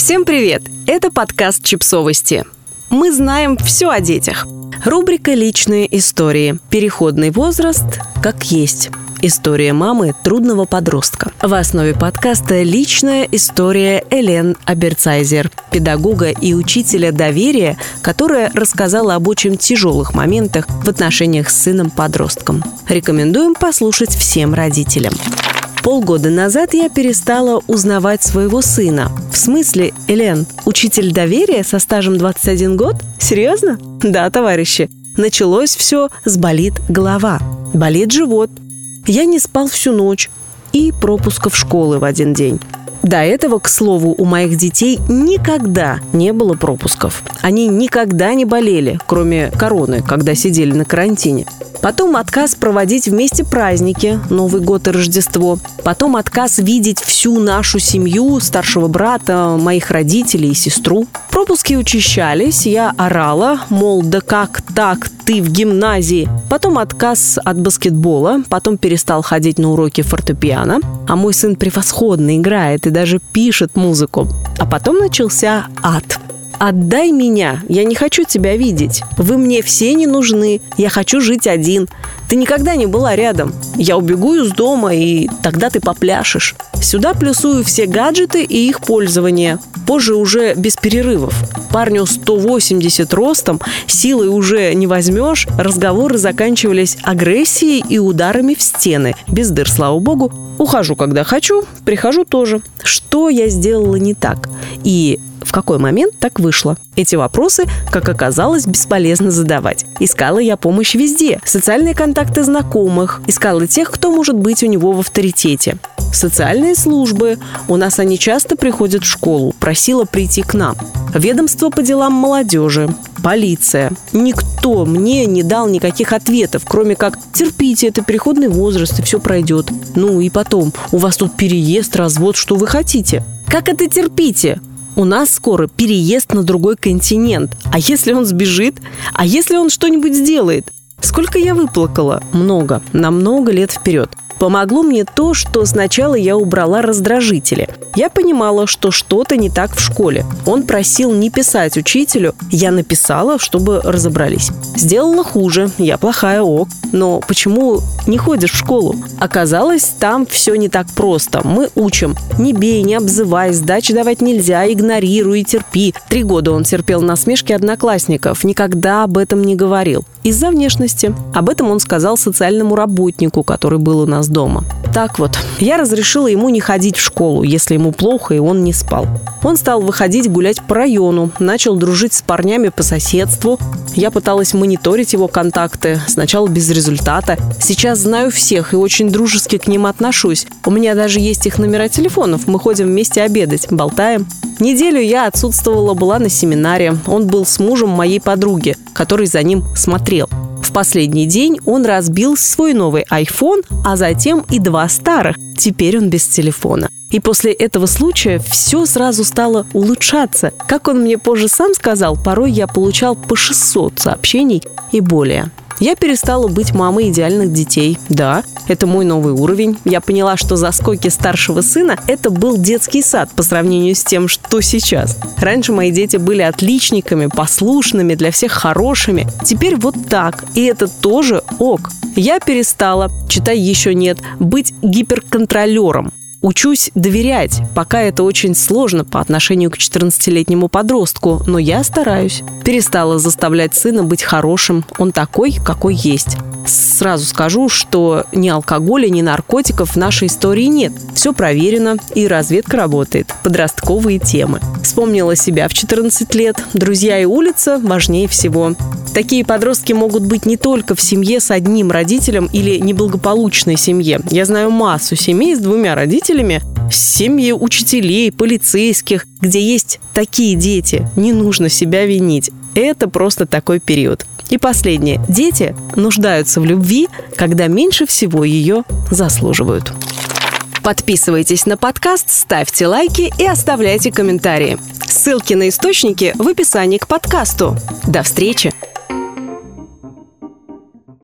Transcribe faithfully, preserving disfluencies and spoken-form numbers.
Всем привет! Это подкаст «Чипсовости». Мы знаем все о детях. Рубрика «Личные истории». Переходный возраст как есть. История мамы трудного подростка. В основе подкаста личная история Элен Аберцайзер, педагога и учителя доверия, которая рассказала об очень тяжелых моментах в отношениях с сыном-подростком. Рекомендуем послушать всем родителям. Полгода назад я перестала узнавать своего сына. В смысле, Элен, учитель доверия со стажем двадцать один год? Серьезно? Да, товарищи. Началось все с болит голова, болит живот. Я не спал всю ночь и пропусков школы в один день. До этого, к слову, у моих детей никогда не было пропусков. Они никогда не болели, кроме короны, когда сидели на карантине. Потом отказ проводить вместе праздники, Новый год и Рождество. Потом отказ видеть всю нашу семью, старшего брата, моих родителей и сестру. Пропуски учащались, я орала, мол, да как так, ты в гимназии. Потом отказ от баскетбола, потом перестал ходить на уроки фортепиано. А мой сын превосходно играет и даже пишет музыку. А потом начался ад. «Отдай меня, я не хочу тебя видеть. Вы мне все не нужны, я хочу жить один. Ты никогда не была рядом. Я убегу из дома, и тогда ты попляшешь». Сюда плюсую все гаджеты и их пользование. Позже уже без перерывов. Парню сто восемьдесят ростом, силой уже не возьмешь. Разговоры заканчивались агрессией и ударами в стены. Без дыр, слава богу. Ухожу, когда хочу, прихожу тоже. Что я сделала не так? И в какой момент так вышло? Эти вопросы, как оказалось, бесполезно задавать. Искала я помощь везде. Социальные контакты знакомых. Искала тех, кто может быть у него в авторитете. Социальные службы. У нас они часто приходят в школу. Просила прийти к нам. Ведомство по делам молодежи. Полиция. Никто мне не дал никаких ответов, кроме как «терпите, это переходный возраст, и все пройдет». Ну и потом, у вас тут переезд, развод, что вы хотите? Как это терпите? У нас скоро переезд на другой континент. А если он сбежит? А если он что-нибудь сделает? Сколько я выплакала? Много. На много лет вперед. Помогло мне то, что сначала я убрала раздражители. Я понимала, что что-то не так в школе. Он просил не писать учителю. Я написала, чтобы разобрались. Сделала хуже. Я плохая, ок. Но почему не ходишь в школу? Оказалось, там все не так просто. Мы учим. Не бей, не обзывай, сдачи давать нельзя, игнорируй и терпи. Три года он терпел насмешки одноклассников. Никогда об этом не говорил. Из-за внешности. Об этом он сказал социальному работнику, который был у нас дома. Так вот, я разрешила ему не ходить в школу, если ему плохо и он не спал. Он стал выходить гулять по району, начал дружить с парнями по соседству. Я пыталась мониторить его контакты, сначала без результата. Сейчас знаю всех и очень дружески к ним отношусь. У меня даже есть их номера телефонов, мы ходим вместе обедать, болтаем. Неделю я отсутствовала, была на семинаре. Он был с мужем моей подруги, который за ним смотрел. В последний день он разбил свой новый айфон, а затем и два старых. Теперь он без телефона. И после этого случая все сразу стало улучшаться. Как он мне позже сам сказал, порой я получал по шестьсот сообщений и более. Я перестала быть мамой идеальных детей. Да, это мой новый уровень. Я поняла, что заскоки старшего сына – это был детский сад по сравнению с тем, что сейчас. Раньше мои дети были отличниками, послушными, для всех хорошими. Теперь вот так. И это тоже ок. Я перестала, читай еще нет, быть гиперконтролером. Учусь доверять, пока это очень сложно по отношению к четырнадцатилетнему подростку, но я стараюсь. Перестала заставлять сына быть хорошим, он такой, какой есть. Сразу скажу, что ни алкоголя, ни наркотиков в нашей истории нет. Все проверено, и разведка работает. Подростковые темы. Вспомнила себя в четырнадцать лет. Друзья и улица важнее всего. Такие подростки могут быть не только в семье с одним родителем или неблагополучной семье. Я знаю массу семей с двумя родителями, семьи учителей, полицейских, где есть такие дети. Не нужно себя винить. Это просто такой период. И последнее. Дети нуждаются в любви, когда меньше всего ее заслуживают. Подписывайтесь на подкаст, ставьте лайки и оставляйте комментарии. Ссылки на источники в описании к подкасту. До встречи!